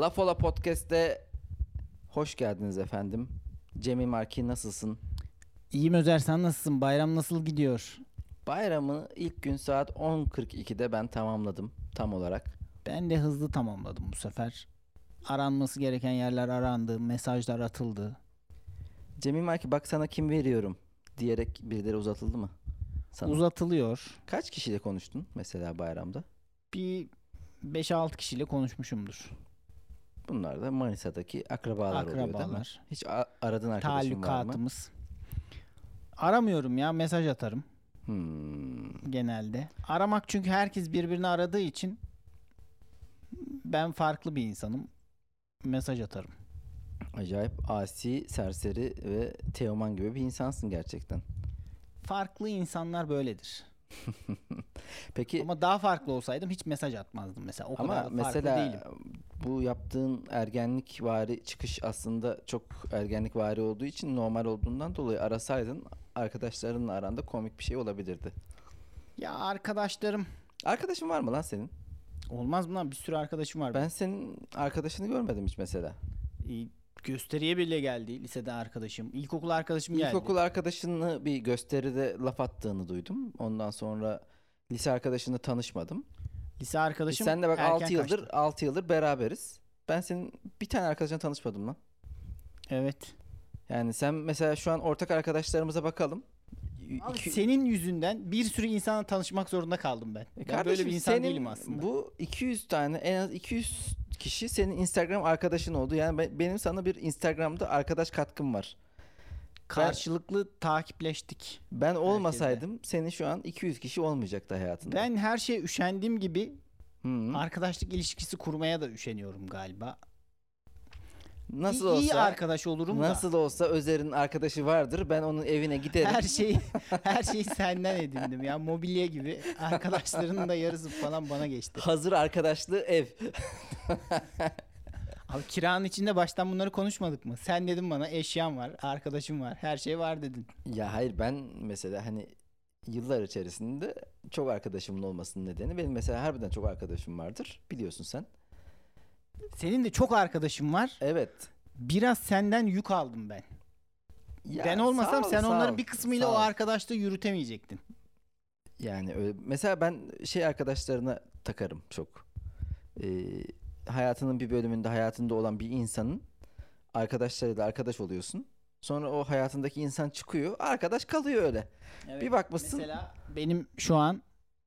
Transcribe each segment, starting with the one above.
Laf Ola Podcast'te hoş geldiniz efendim. Cemil Marki nasılsın? İyiyim Özer, sen nasılsın? Bayram nasıl gidiyor? Bayramı ilk gün saat 10.42'de ben tamamladım tam olarak. Ben de hızlı tamamladım bu sefer. Aranması gereken yerler arandı, mesajlar atıldı. Cemil Marki bak sana kim veriyorum diyerek birileri uzatıldı mı? Sana. Uzatılıyor. Kaç kişiyle konuştun mesela bayramda? Bir 5-6 kişiyle konuşmuşumdur. Bunlar da Manisa'daki akrabalar oluyor değil mi? Akrabalar. Hiç aradığın arkadaşın var mı? Talukatımız. Aramıyorum ya, mesaj atarım Hmm. genelde. Aramak, çünkü herkes birbirini aradığı için ben farklı bir insanım. Mesaj atarım. Acayip asi, serseri ve Teoman gibi bir insansın gerçekten. Farklı insanlar böyledir. Peki Ama daha farklı olsaydım hiç mesaj atmazdım mesela. O ama kadar da farklı mesela değilim. bu yaptığın ergenlikvari çıkış aslında çok ergenlikvari olduğu için normal olduğundan dolayı arasaydın arkadaşlarınla aranda komik bir şey olabilirdi. Ya arkadaşlarım, Arkadaşın var mı lan senin? olmaz mı lan? Bir sürü arkadaşım var. Ben senin arkadaşını görmedim hiç mesela. Gösteriye bile geldi lisede arkadaşım. İlkokul arkadaşım geldi. İlkokul arkadaşını bir gösteride laf attığını duydum. Ondan sonra lise arkadaşınla tanışmadım. Lise arkadaşım Sen de bak erken 6 yıldır kaçtı. 6 yıldır beraberiz. Ben senin bir tane arkadaşına tanışmadım lan. Evet. Yani sen mesela şu an ortak arkadaşlarımıza bakalım. Abi İki- senin yüzünden bir sürü insanla tanışmak zorunda kaldım ben. Ben böyle Kardeşim bir insan senin değilim aslında. bu 200 tane en az 200 kişi senin Instagram arkadaşın oldu. Yani benim sana bir Instagram'da arkadaş katkım var. Karşılıklı takipleştik. Ben olmasaydım senin şu an 200 kişi olmayacaktı hayatında. Ben her şeye üşendiğim gibi Hı. arkadaşlık ilişkisi kurmaya da üşeniyorum galiba. Nasıl İyi olsa arkadaş olurum da. nasıl olsa Özer'in arkadaşı vardır. Ben onun evine giderim. Her şeyi senden edindim ya. Mobilya gibi. Arkadaşlarının da yarısı falan bana geçti. Hazır arkadaşlığı ev. Abi kiranın içinde baştan bunları konuşmadık mı? Sen dedin bana eşyam var, arkadaşım var, her şey var dedin. Ya hayır, ben mesela hani yıllar içerisinde çok arkadaşımın olmasının nedeni, benim mesela harbiden çok arkadaşım vardır. Biliyorsun sen. Senin de çok arkadaşın var. Evet. Biraz senden yük aldım ben. Ya Ben olmasam sağ ol, sen sağ onların ol, bir kısmıyla sağ o ol. arkadaşlığı yürütemeyecektin. Yani öyle. Mesela ben şey arkadaşlarına takarım çok. Ee, Hayatının bir bölümünde hayatında olan bir insanın arkadaşlarıyla arkadaş oluyorsun. Sonra o hayatındaki insan çıkıyor. Arkadaş kalıyor öyle. Evet. Bir bakmışsın. Mesela benim şu an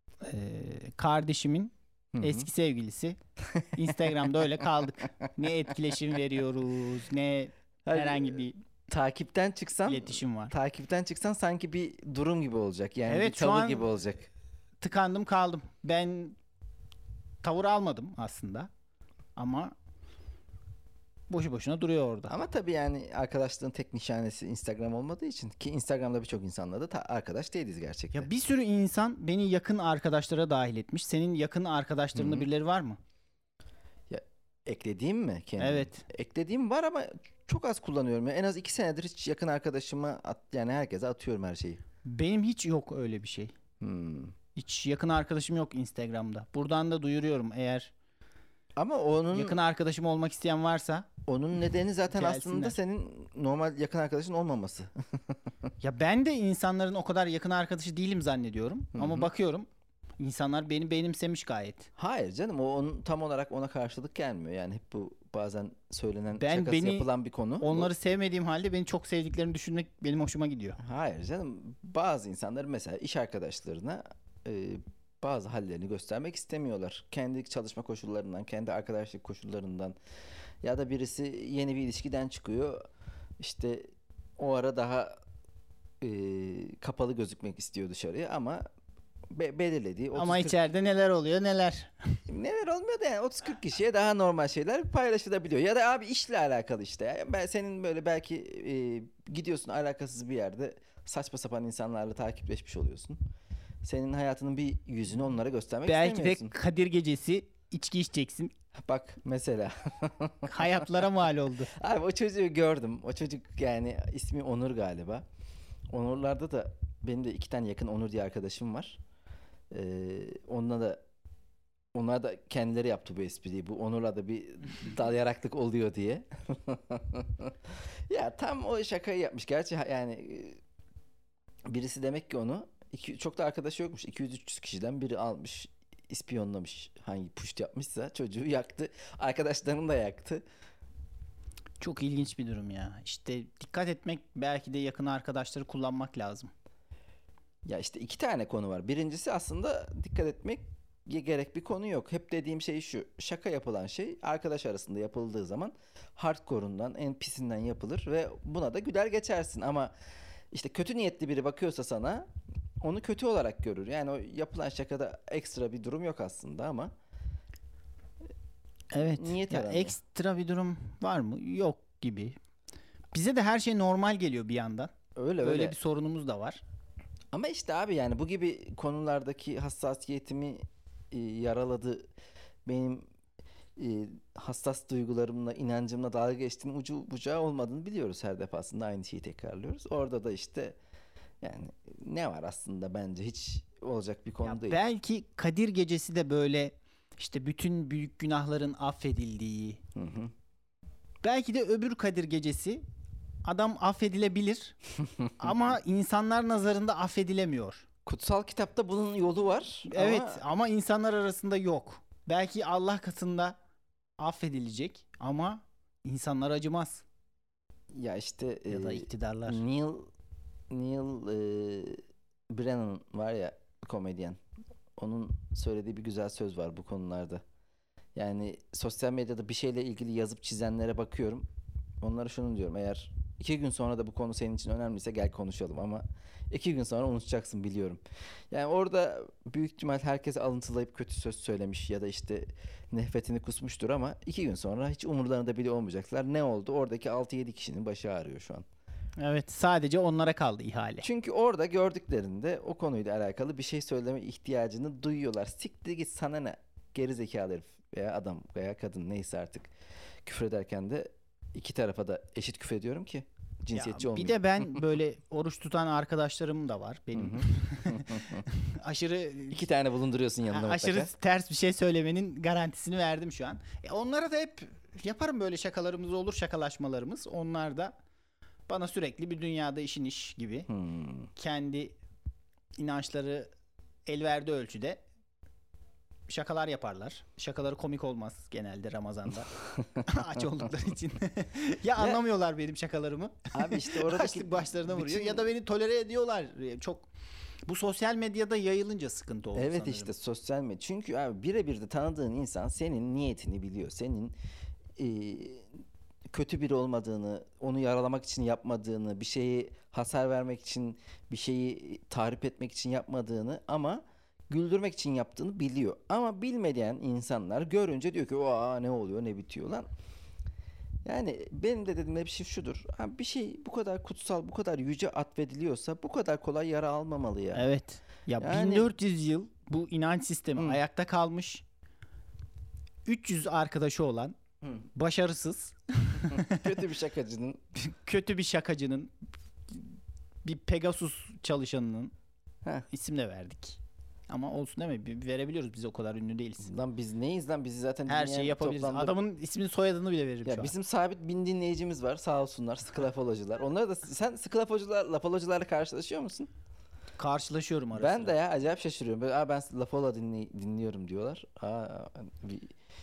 kardeşimin Hı hı. eski sevgilisi. Instagram'da öyle kaldık. Ne etkileşim veriyoruz, ne Hayır, herhangi bir takipten çıksan iletişim var. takipten çıksan sanki bir durum gibi olacak. Yani Evet, bir şu tavır an gibi olacak. tıkandım kaldım. Ben tavır almadım aslında. Ama boşu boşuna duruyor orada. Ama tabii yani arkadaşlığın tek nişanesi Instagram olmadığı için, ki Instagram'da birçok insanla da arkadaş değiliz gerçekten. Ya bir sürü insan beni yakın arkadaşlara dahil etmiş. Senin yakın arkadaşlarında Hı hı. birileri var mı? Ya eklediğim mi kendimi? Evet. Eklediğim var ama çok az kullanıyorum. Ya en az 2 senedir hiç yakın arkadaşıma yani herkese atıyorum her şeyi. Benim hiç yok öyle bir şey. Hmm. Hiç yakın arkadaşım yok Instagram'da. Buradan da duyuruyorum, eğer Ama onun yakın arkadaşım olmak isteyen varsa. nedeni zaten aslında Gelsinler. senin normal yakın arkadaşın olmaması. Ya ben de insanların o kadar yakın arkadaşı değilim zannediyorum. Hı Ama hı. bakıyorum insanlar beni benimsemiş gayet. Hayır canım, o tam olarak ona karşılık gelmiyor. Yani hep bu bazen söylenen, Ben şakası yapılan bir konu. Onları sevmediğim halde beni çok sevdiklerini düşünmek benim hoşuma gidiyor. Hayır canım, bazı insanlar mesela iş arkadaşlarına bazı hallerini göstermek istemiyorlar. Kendi çalışma koşullarından, kendi arkadaşlık koşullarından, ya da birisi yeni bir ilişkiden çıkıyor. İşte o ara daha kapalı gözükmek istiyor dışarıya ama belirlediği Ama 30-40 içeride neler oluyor neler. neler olmuyor da yani 30-40 kişiye daha normal şeyler paylaşılabiliyor. Ya da abi işle alakalı işte. Yani ben senin böyle belki gidiyorsun alakasız bir yerde saçma sapan insanlarla takipleşmiş oluyorsun. Senin hayatının bir yüzünü onlara göstermek Belki de istemiyorsun. Kadir gecesi içki içeceksin. Bak mesela. Hayatlara mal oldu. Abi o çocuğu gördüm. O çocuk yani ismi Onur galiba. Onurlarda da benim de 2 tane yakın Onur diye arkadaşım var. Onunla da Onlar da kendileri yaptı bu espriyi. Bu Onur'la da bir dal yaraklık oluyor diye. Ya tam o şakayı yapmış. Gerçi yani birisi demek ki onu çok da arkadaşı yokmuş. 200-300 kişiden biri almış, ispiyonlamış. Hangi puşt yapmışsa çocuğu yaktı. Arkadaşlarını da yaktı. Çok ilginç bir durum ya. İşte dikkat etmek, belki de yakın arkadaşları kullanmak lazım. Ya işte iki tane konu var. Birincisi aslında dikkat etmek gerek bir konu yok. Hep dediğim şey şu. Şaka yapılan şey arkadaş arasında yapıldığı zaman hardcore'undan en pisinden yapılır ve buna da güler geçersin. Ama işte kötü niyetli biri bakıyorsa sana onu kötü olarak görür. Yani o yapılan şakada ekstra bir durum yok aslında ama Evet. niyet Ya önemli. ekstra bir durum var mı? Yok gibi. Bize de her şey normal geliyor bir yandan. Öyle Böyle öyle. bir sorunumuz da var. Ama işte abi yani bu gibi konulardaki hassasiyetimi yaraladı. Benim hassas duygularımla, inancımla dalga geçtiğin ucu bucağı olmadığını biliyoruz, her defasında aynı şeyi tekrarlıyoruz. Orada da işte yani ne var aslında, bence hiç olacak bir konu Ya değil. belki Kadir Gecesi de böyle işte bütün büyük günahların affedildiği. Hı hı. Belki de öbür Kadir Gecesi adam affedilebilir ama insanlar nazarında affedilemiyor. Kutsal kitapta bunun yolu var Evet ama ama insanlar arasında yok. Belki Allah katında affedilecek ama insanlar acımaz ya işte ya da iktidarlar. Neil Brennan var ya, komedyen. Onun söylediği bir güzel söz var bu konularda. Yani sosyal medyada bir şeyle ilgili yazıp çizenlere bakıyorum. Onlara şunu diyorum: eğer 2 gün sonra da bu konu senin için önemliyse gel konuşalım, ama 2 gün sonra unutacaksın, biliyorum. Yani orada büyük ihtimal herkes alıntılayıp kötü söz söylemiş ya da işte nefretini kusmuştur, ama 2 gün sonra hiç umurlarında bile olmayacaklar. Ne oldu? Oradaki 6-7 kişinin başı ağrıyor şu an. Evet, sadece onlara kaldı ihale. Çünkü orada gördüklerinde o konuyla alakalı bir şey söyleme ihtiyacını duyuyorlar. Siktir git, sana ne? Geri zekalı herif veya adam veya kadın, neyse artık. Küfür ederken de iki tarafa da eşit küfür ediyorum ki Ya cinsiyetçi bir olmayayım. de ben böyle oruç tutan arkadaşlarım da var benim. aşırı İki tane bulunduruyorsun yanında aşırı mutlaka. ters bir şey söylemenin garantisini verdim şu an. Onlara da hep yaparım, böyle şakalarımız olur, şakalaşmalarımız. Onlar da bana sürekli bir dünyada işin iş gibi kendi inançları el verdiği ölçüde şakalar yaparlar. Şakaları komik olmaz genelde Ramazan'da. Aç oldukları için. Ya anlamıyorlar benim şakalarımı. Abi işte oradaki Açlık başlarına vuruyor. bütün- Ya da beni tolere ediyorlar. Çok bu sosyal medyada yayılınca sıkıntı oldu Evet sanırım. işte sosyal medya. Çünkü abi birebir de tanıdığın insan senin niyetini biliyor. Senin e, kötü biri olmadığını, onu yaralamak için yapmadığını, bir şeyi hasar vermek için, bir şeyi tahrip etmek için yapmadığını ama güldürmek için yaptığını biliyor. Ama bilmeyen insanlar görünce diyor ki "Aa, ne oluyor, ne bitiyor lan?" Yani benim de dediğim bir şey şudur: ha, bir şey bu kadar kutsal, bu kadar yüce atfediliyorsa bu kadar kolay yara almamalı ya. Evet. Ya Yani- 1400 yıl bu inanç sistemi Hı. ayakta kalmış. 300 arkadaşı olan, Hı. başarısız, Kötü bir şakacının kötü bir şakacının, bir Pegasus çalışanının Heh. isim de verdik. Ama olsun, değil mi? Verebiliyoruz, biz o kadar ünlü değiliz. lan biz neyiz lan, bizi zaten Her dinleyen şeyi yapabiliriz. toplamda- Adamın ismini soyadını bile veririm şu Ya an. bizim sabit 1000 dinleyicimiz var, sağ olsunlar, sklafolocular. Onları da sen lafolocularla karşılaşıyor musun? Karşılaşıyorum ara Ben sıra. de ya acayip şaşırıyorum. Böyle, ben lafolo dinliyorum diyorlar. Bir...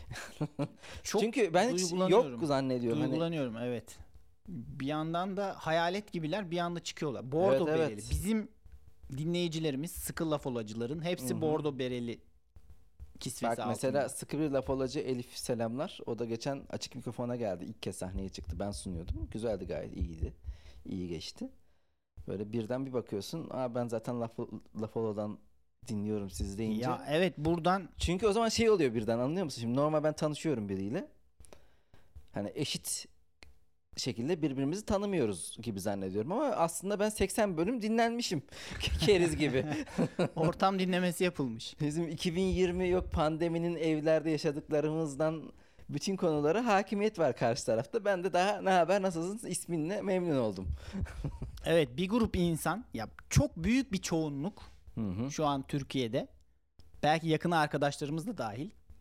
Çok Çünkü ben hiç duygulanıyorum. yok zannediyorum. Hani Duygulanıyorum, evet. Bir yandan da hayalet gibiler, bir anda çıkıyorlar. Bordo Evet, bereli. evet. Bizim dinleyicilerimiz, sıkı laf olacıların hepsi Hı hı. bordo bereli kisvesi bak altında. mesela sıkı bir lafolacı Elif, selamlar. O da geçen açık mikrofona geldi. İlk kez sahneye çıktı. Ben sunuyordum. Güzeldi, gayet iyiydi. İyi geçti. Böyle birden bir bakıyorsun. Ben zaten Lafolo'dan dinliyorum siz deyince. Ya evet, buradan Çünkü o zaman şey oluyor birden, anlıyor musun? Şimdi normal ben tanışıyorum biriyle. Hani eşit şekilde birbirimizi tanımıyoruz gibi zannediyorum ama aslında ben 80 bölüm dinlenmişim. Keriz gibi. ortam dinlemesi yapılmış. Bizim 2020 yok pandeminin evlerde yaşadıklarımızdan bütün konulara hakimiyet var karşı tarafta. Ben de daha ne haber, nasılsın, isminle memnun oldum. Evet, bir grup insan, ya çok büyük bir çoğunluk Hı hı. şu an Türkiye'de, belki yakın arkadaşlarımız da dahil,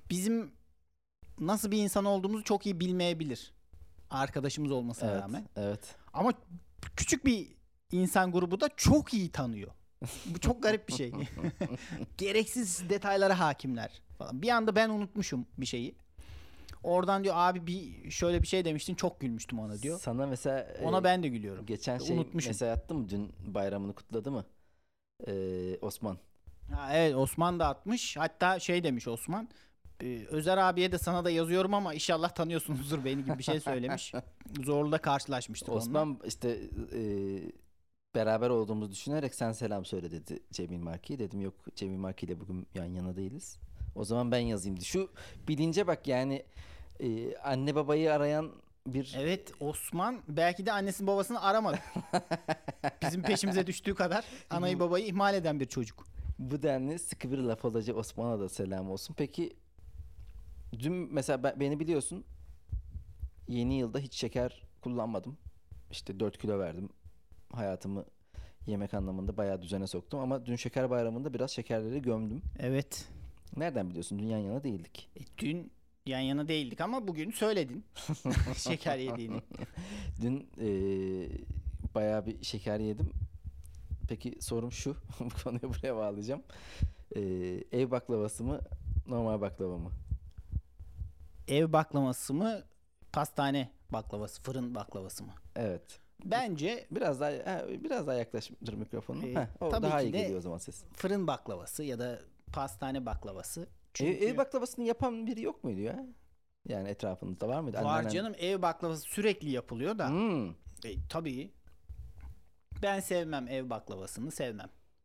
bizim nasıl bir insan olduğumuzu çok iyi bilmeyebilir. Arkadaşımız olmasına Evet, rağmen. evet. Ama küçük bir insan grubu da çok iyi tanıyor. Bu çok garip bir şey. Gereksiz detaylara hakimler falan. Bir anda ben unutmuşum bir şeyi. Oradan diyor abi bir şöyle bir şey demiştin, çok gülmüştüm ona diyor. Sana mesela Ona ben de gülüyorum. geçen şey Unutmuşum. mesela attı mı, dün bayramını kutladı mı? Osman. Ha, evet, Osman da atmış. Hatta şey demiş Osman. Özer abiye de sana da yazıyorum ama inşallah tanıyorsunuzdur beni gibi bir şey söylemiş. Zorlu'da karşılaşmıştık onunla. Osman işte beraber olduğumuzu düşünerek sen selam söyle dedi Cemil Marki. Dedim yok, Cemil Marki ile bugün yan yana değiliz. O zaman ben yazayım. Şu bilince bak yani, anne babayı arayan bir... Evet, Osman belki de annesini babasını aramadı. Bizim peşimize düştüğü kadar anayı babayı ihmal eden bir çocuk. Bu denli sıkı bir laf olacak Osman'a da selam olsun. Peki dün mesela beni biliyorsun, yeni yılda hiç şeker kullanmadım. İşte 4 kilo verdim. Hayatımı yemek anlamında bayağı düzene soktum ama dün şeker bayramında biraz şekerleri gömdüm. Evet. Nereden biliyorsun? Dün yan yana değildik. Dün yan yana değildik ama bugün söyledin şeker yediğini. Dün bayağı bir şeker yedim. Peki sorum şu, bu konuyu buraya bağlayacağım. Ev baklavası mı, normal baklava mı? Ev baklavası mı, pastane baklavası, fırın baklavası mı? Evet. Bence Biraz daha yaklaştır mikrofonu. O tabii daha ki iyi de geliyor o zaman ses. fırın baklavası ya da pastane baklavası. Ev Çünkü baklavasını yapan biri yok muydu ya? Yani etrafınızda var mıydı? var Anneannen... canım, ev baklavası sürekli yapılıyor da. Hmm. Tabii. Ben sevmem, ev baklavasını sevmem.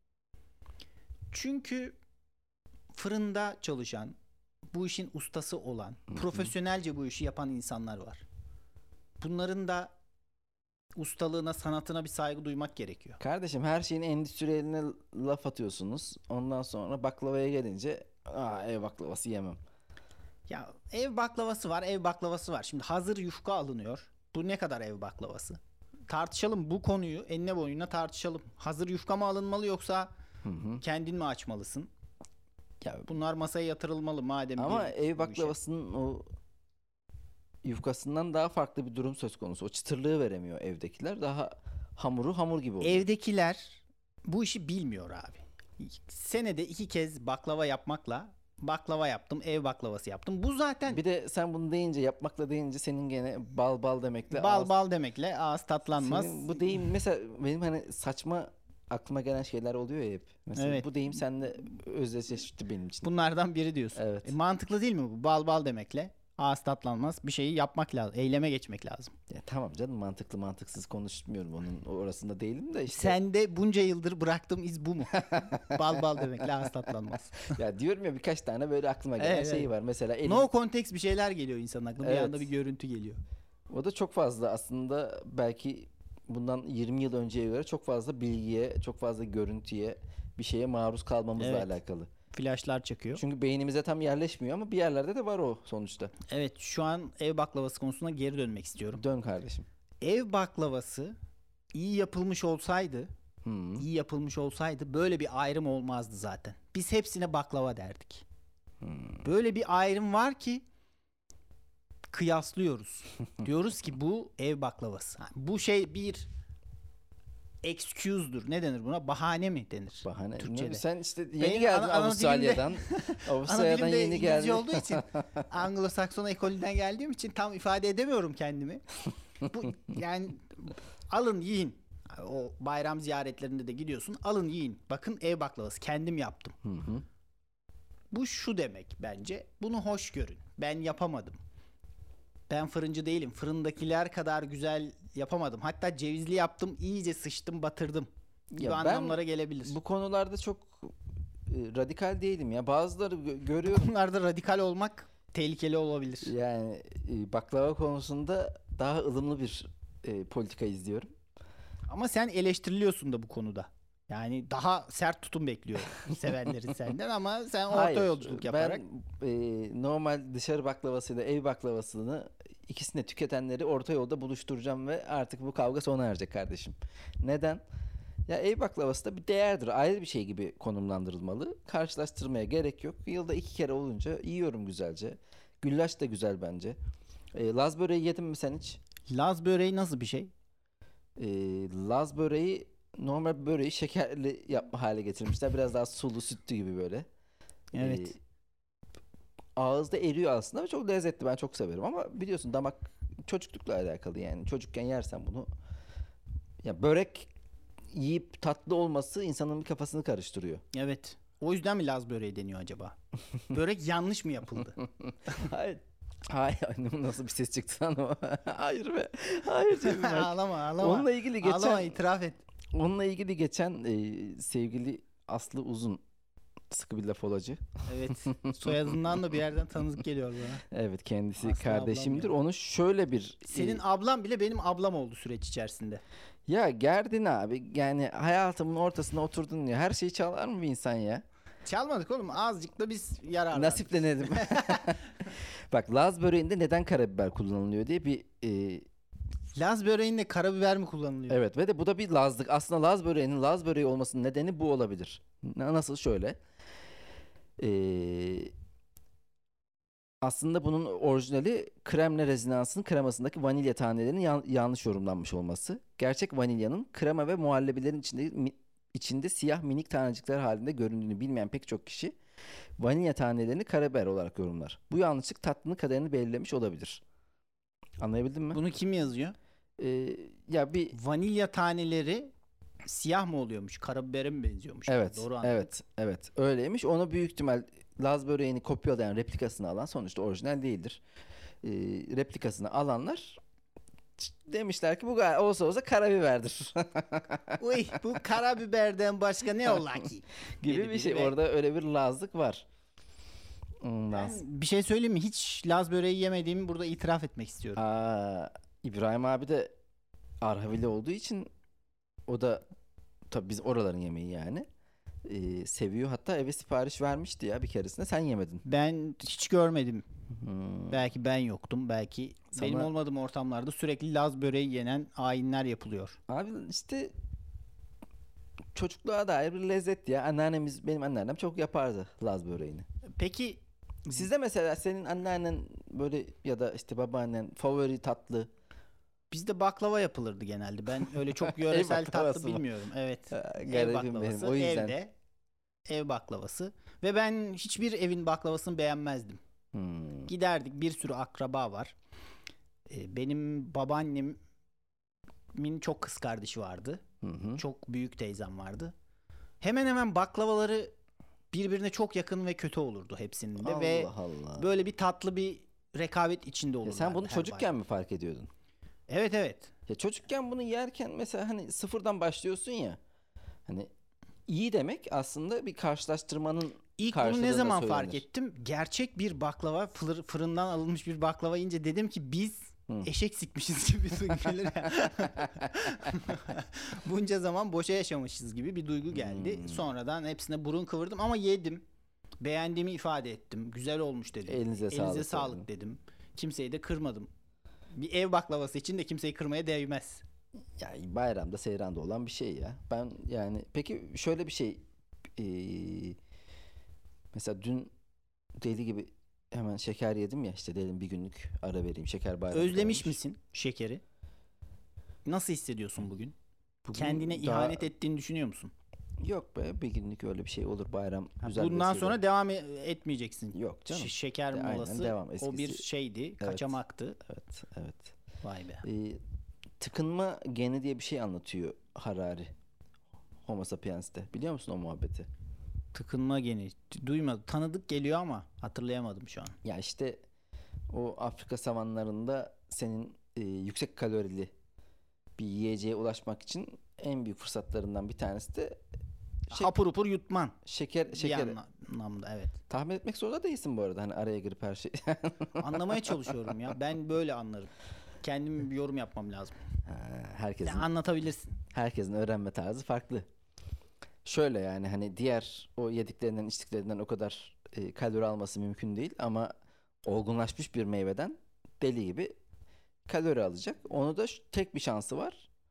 Çünkü fırında çalışan, bu işin ustası olan, profesyonelce bu işi yapan insanlar var. Bunların da ustalığına, sanatına bir saygı duymak gerekiyor. Kardeşim, her şeyin endüstriyeline laf atıyorsunuz. Ondan sonra baklavaya gelince ev baklavası yemem. Ya ev baklavası var, ev baklavası var. Şimdi hazır yufka alınıyor. Bu ne kadar ev baklavası? Tartışalım bu konuyu, enine boyuna tartışalım. Hazır yufka mı alınmalı yoksa kendin mi açmalısın? Ya, bunlar masaya yatırılmalı madem. ama ev baklavasının o yufkasından daha farklı bir durum söz konusu. O çıtırlığı veremiyor evdekiler. Daha hamuru hamur gibi oluyor. Evdekiler bu işi bilmiyor abi. Senede 2 kez baklava yapmakla baklava yaptım, ev baklavası yaptım. Bu zaten Bir de sen bunu deyince, yapmakla deyince, senin gene bal bal demekle bal demekle ağız tatlanmaz. Senin bu deyim mesela, benim hani saçma aklıma gelen şeyler oluyor ya hep. Mesela Evet. bu deyim seninle özdeşleşti benim için. Bunlardan biri diyorsun. Evet. Mantıklı değil mi bu? Bal demekle ağız tatlanmaz. Bir şeyi yapmak lazım. Eyleme geçmek lazım. Ya tamam canım, mantıklı mantıksız konuşmuyorum, onun orasında değilim de işte. Sende bunca yıldır bıraktığım iz bu mu? Bal demekle ağız tatlanmaz. Ya diyorum ya, birkaç tane böyle aklıma gelen Evet, şey evet. var. Mesela elim, No context bir şeyler geliyor insanın aklına. Bir Evet. anda bir görüntü geliyor. o da çok fazla aslında, belki bundan 20 yıl önceye göre çok fazla bilgiye, çok fazla görüntüye, bir şeye maruz kalmamızla Evet. alakalı. Flaşlar çakıyor. Çünkü beynimize tam yerleşmiyor ama bir yerlerde de var o sonuçta. Evet, şu an ev baklavası konusuna geri dönmek istiyorum. Dön kardeşim. Ev baklavası iyi yapılmış olsaydı, iyi yapılmış olsaydı böyle bir ayrım olmazdı zaten. Biz hepsine baklava derdik. Böyle bir ayrım var ki kıyaslıyoruz. Diyoruz ki bu ev baklavası. Bu şey bir excuse'dur. Ne denir buna? Bahane mi denir? Bahane. Türkçe'de. Sen işte Benim yeni geldin ana Avustralya'dan. Ana Avustralya'dan dilimde yeni İngilizce geldin. olduğu için Anglo-Sakson ekolünden geldiğim için tam ifade edemiyorum kendimi. Bu yani alın yiyin. O bayram ziyaretlerinde de gidiyorsun. Alın yiyin. Bakın ev baklavası kendim yaptım. Bu şu demek bence. Bunu hoş görün. Ben yapamadım. Ben fırıncı değilim. Fırındakiler kadar güzel yapamadım. Hatta cevizli yaptım. İyice sıçtım, batırdım gibi Ya anlamlara gelebilir. Bu konularda çok radikal değilim ya. Bazıları görüyorum. Bunlarda radikal olmak tehlikeli olabilir. Yani baklava konusunda daha ılımlı bir politika izliyorum. Ama sen eleştiriliyorsun da bu konuda. Yani daha sert tutum bekliyorum sevenlerin senden ama sen orta Hayır, yolculuk yaparak. Ben normal dışarı baklavasıyla ev baklavasını, ikisini de tüketenleri orta yolda buluşturacağım ve artık bu kavga sona erecek kardeşim. Neden? Ya ev baklavası da bir değerdir. Ayrı bir şey gibi konumlandırılmalı. Karşılaştırmaya gerek yok. Yılda 2 kere olunca yiyorum güzelce. Güllaç da güzel bence. Laz böreği yedin mi sen hiç? Laz böreği nasıl bir şey? Laz böreği normal böreği şekerli yapma hale getirmişler. Biraz daha sulu sütlü gibi böyle. Ee, Evet. Ağızda eriyor aslında ve çok lezzetli. Ben çok severim ama biliyorsun damak çocuklukla alakalı yani. Çocukken yersen bunu. Ya börek yiyip tatlı olması insanın bir kafasını karıştırıyor. Evet. O yüzden mi Laz böreği deniyor acaba? Börek yanlış mı yapıldı? Hayır. Hayır. Nasıl bir ses çıktı lan o? Hayır be. Hayır Cemil bak. Ağlama ağlama. Onunla ilgili Ağlama, geçen itiraf et. sevgili Aslı Uzun, sıkı bir laf olacı. Evet. Soyadından da bir yerden tanıdık geliyor bana. Evet, kendisi Aslı kardeşimdir. ablam ya. Onu şöyle bir Senin ablam bile benim ablam oldu süreç içerisinde. ya gerdin abi, yani hayatımın ortasına oturdun ya, her şeyi çalar mı bir insan ya? Çalmadık oğlum. Azıcık da biz yararlandık. Nasiplenelim. Bak, Laz böreğinde neden karabiber kullanılıyor diye bir Laz böreğinde karabiber mi kullanılıyor? evet, ve de bu da bir Lazlık. Aslında Laz böreğinin Laz böreği olmasının nedeni bu olabilir. Nasıl, şöyle. Ee, Aslında bunun orijinali kremle rezidansının kremasındaki vanilya tanelerinin yanlış yorumlanmış olması. Gerçek vanilyanın krema ve muhallebilerin içinde siyah minik tanecikler halinde göründüğünü bilmeyen pek çok kişi vanilya tanelerini karabiber olarak yorumlar. Bu yanlışlık tatlının kaderini belirlemiş olabilir. Anlayabildin mi? Bunu kim yazıyor? Ya bir Vanilya taneleri siyah mı oluyormuş? Karabibere mi benziyormuş? evet, Doğru anladım. evet öyleymiş. Onu büyük ihtimal Laz böreğini kopyalayan, replikasını alan, sonuçta orijinal değildir. Replikasını alanlar demişler ki bu olsa karabiberdir Uy, bu karabiberden başka ne ola ki? gibi Dedi bir biri şey. ve Orada öyle bir Lazlık var. ben bir şey söyleyeyim mi? Hiç Laz böreği yemediğimi burada itiraf etmek istiyorum. İbrahim abi de Arhavili olduğu için o da, tabii biz oraların yemeği yani, seviyor. Hatta eve sipariş vermişti ya bir keresinde, sen yemedin. Ben hiç görmedim. Hmm. Belki ben yoktum. Belki benim Sana- olmadığım ortamlarda sürekli Laz böreği yenen ayinler yapılıyor. Abi işte çocukluğa dair bir lezzet ya. Benim anneannem çok yapardı Laz böreğini. Peki Sizde mesela senin anneannen böyle ya da işte babaannen favori tatlı. bizde baklava yapılırdı genelde. Ben öyle çok Ev yöresel baklavası tatlı mı? bilmiyorum. Evet. Ev Garibim benim. baklavası. O yüzden. Evde ev baklavası. Ve ben hiçbir evin baklavasını beğenmezdim. Hmm. Giderdik, bir sürü akraba var. Benim babaannemin çok kız kardeşi vardı. Hı hı. Çok büyük teyzem vardı. Hemen hemen baklavaları birbirine çok yakın ve kötü olurdu hepsinin de. Ve Allah Allah. böyle bir tatlı bir rekabet içinde Ya olurdu. sen bunu çocukken mi fark ediyordun? Evet evet. Ya çocukken bunu yerken mesela hani sıfırdan başlıyorsun ya. Hani iyi demek aslında bir karşılaştırmanın İlk bunu ne karşılığında zaman söylenir. fark ettim? Gerçek bir baklava, fırından alınmış bir baklava yiyince dedim ki biz eşek sikmişiz gibi bir duygu gelir ya. Bunca zaman boşa yaşamışız gibi bir duygu geldi. Sonradan hepsine burun kıvırdım ama yedim. Beğendiğimi ifade ettim. Güzel olmuş dedim. Elinize sağlık dedim. Kimseyi de kırmadım. Bir ev baklavası için de kimseyi kırmaya değmez. Yani bayramda seyranda olan bir şey ya. Ben yani peki şöyle bir şey, mesela dün deli gibi hemen şeker yedim ya, işte dedim bir günlük ara vereyim, şeker bayramı Özlemiş olmuş. misin şekeri? Nasıl hissediyorsun bugün? Bugün Kendine daha- ihanet ettiğini düşünüyor musun? Yok be, bir günlük öyle bir şey olur, bayram güzel Bundan vesile. sonra devam etmeyeceksin. Yok canım. Şeker Aynen, molası devam. o Eskisi- bir şeydi, kaçamaktı. Evet. Vay be. Tıkınma geni diye bir şey anlatıyor Harari Homo sapiens'te. Biliyor musun o muhabbeti? Tıkınma geni. Duymadım. Tanıdık geliyor ama hatırlayamadım şu an. Ya işte o Afrika savanlarında senin yüksek kalorili bir yiyeceğe ulaşmak için en büyük fırsatlarından bir tanesi de Hapur hapur yutman. şeker. Bir anlamda evet. Tahmin etmek zorunda değilsin bu arada, hani araya girip her şey. Anlamaya çalışıyorum ya. Ben böyle anlarım. Kendim bir yorum yapmam lazım. Herkesin Sen anlatabilirsin. herkesin öğrenme tarzı farklı. Şöyle yani, hani diğer o yediklerinden içtiklerinden o kadar kalori alması mümkün değil ama olgunlaşmış bir meyveden deli gibi kalori alacak. Onu da tek bir şansı var.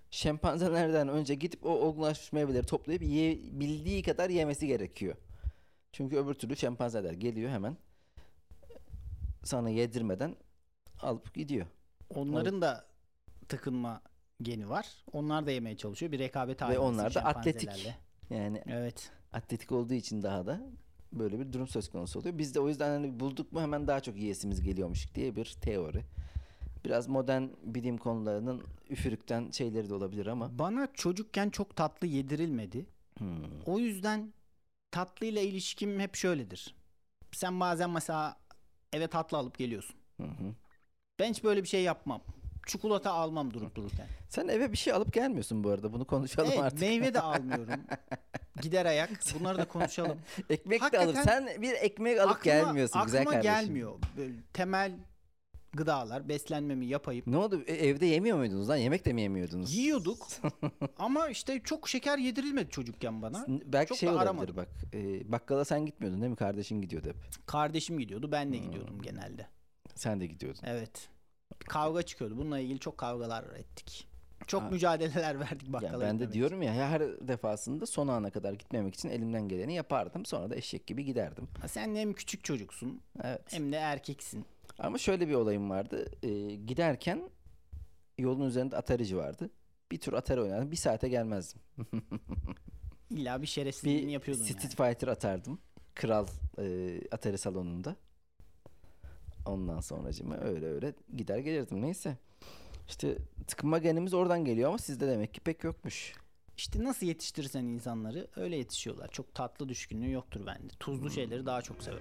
Şempanzelerden önce gidip o olgunlaşmış meyveleri toplayıp bildiği kadar yemesi gerekiyor. Çünkü öbür türlü şempanzeler geliyor hemen sana yedirmeden alıp gidiyor. Onların da tıkınma geni var. Onlar da yemeye çalışıyor. Bir rekabet Ve halinde onlar da atletik. şempanzelerle. Yani Evet. atletik olduğu için daha da böyle bir durum söz konusu oluyor. Biz de o yüzden hani bulduk mu hemen daha çok yiyesimiz geliyormuş diye bir teori. Biraz modern bilim konularının üfürükten şeyleri de olabilir ama. Bana çocukken çok tatlı yedirilmedi. Hmm. O yüzden tatlıyla ilişkim hep şöyledir. Sen bazen mesela eve tatlı alıp geliyorsun. Hı hı. Ben hiç böyle bir şey yapmam. Çikolata almam durup dururken. Sen eve bir şey alıp gelmiyorsun bu arada. Bunu konuşalım Evet, artık. meyve de almıyorum. Gider ayak. Bunları da konuşalım. Ekmek de Hakikaten alıp sen bir ekmek alıp gelmiyorsun güzel aklıma kardeşim. gelmiyor. Böyle temel gıdalar, beslenmemi yapayım. Ne oldu? Evde yemiyor muydunuz lan? Yemek de mi yemiyordunuz? Yiyorduk. Ama işte çok şeker yedirilmedi çocukken bana. Belki Çok şey da olabilir aramadım. bak. Bakkala sen gitmiyordun değil mi? Kardeşin gidiyordu hep. Kardeşim gidiyordu, ben de gidiyordum genelde. Sen de gidiyordun. Evet. Kavga çıkıyordu. Bununla ilgili çok kavgalar ettik. Çok Ha. mücadeleler verdik bakkala Ya ben de gitmemek diyorum ya her defasında son ana kadar gitmemek için elimden geleni yapardım. Sonra da eşek gibi giderdim. için. Sen hem küçük çocuksun Evet. hem de erkeksin. Ama şöyle bir olayım vardı. Giderken yolun üzerinde Atari'ci vardı. Bir tur Atari oynardım. Bir saate gelmezdim. İlla bir şerefsizliğini Bir yapıyordun Street yani. Fighter atardım. Kral Atari salonunda. Ondan sonracığıma öyle gider gelirdim. Neyse. İşte tıkınma genimiz oradan geliyor ama sizde demek ki pek yokmuş. İşte nasıl yetiştirirsen insanları öyle yetişiyorlar. Çok tatlı düşkünlüğü yoktur bende. Tuzlu şeyleri daha çok severim.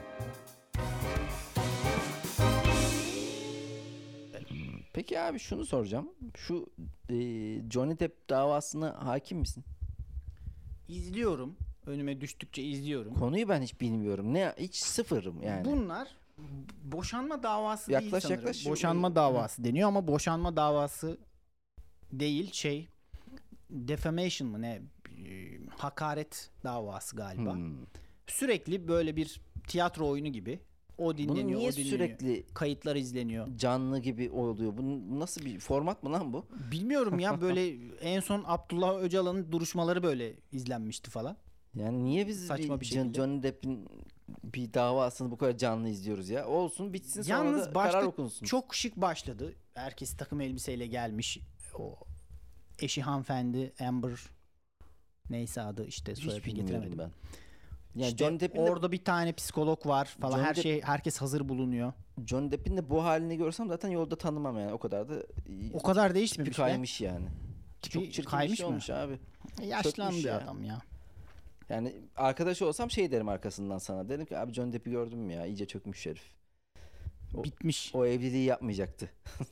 Peki abi şunu soracağım. Şu Johnny Depp davasına hakim misin? İzliyorum. Önüme düştükçe izliyorum. Konuyu ben hiç bilmiyorum. Hiç sıfırım yani. Bunlar boşanma davası Yaklaş, değil sanırım. yaklaş. Boşanma davası deniyor ama boşanma davası değil, defamation mı ne, hakaret davası galiba. Sürekli böyle bir tiyatro oyunu gibi o dinleniyor, Bunu niye o dinleniyor. sürekli Kayıtlar izleniyor. canlı gibi oluyor? Bu nasıl bir format mı lan bu? Bilmiyorum ya, böyle en son Abdullah Öcalan'ın duruşmaları böyle izlenmişti falan. Yani niye biz Saçma bir şekilde. Johnny Depp'in bir davasını bu kadar canlı izliyoruz ya? Olsun bitsin sonra Yalnız da başta karar okunsun. çok şık başladı. Herkes takım elbiseyle gelmiş. O eşi hanımefendi Amber, neyse adı, işte Hiç soyadını bilmiyorum getiremedim. ben. Yani İşte Johnny Depp'in orada bir tane psikolog var falan. Johnny Her Depp- şey, herkes hazır bulunuyor. Johnny Depp'in de bu halini görsem zaten yolda tanımam yani. O kadar da O kadar tipi değişmemiş be. kaymış yani. Tipi Çok çirkin bir kaymış şey mı? olmuş abi. Yaşlandı Çökmüş ya. adam ya. Yani arkadaş olsam şey derim arkasından sana. Derim ki abi Johnny Depp'i gördün mü ya? İyice çökmüş herif. Bitmiş. O evliliği yapmayacaktı.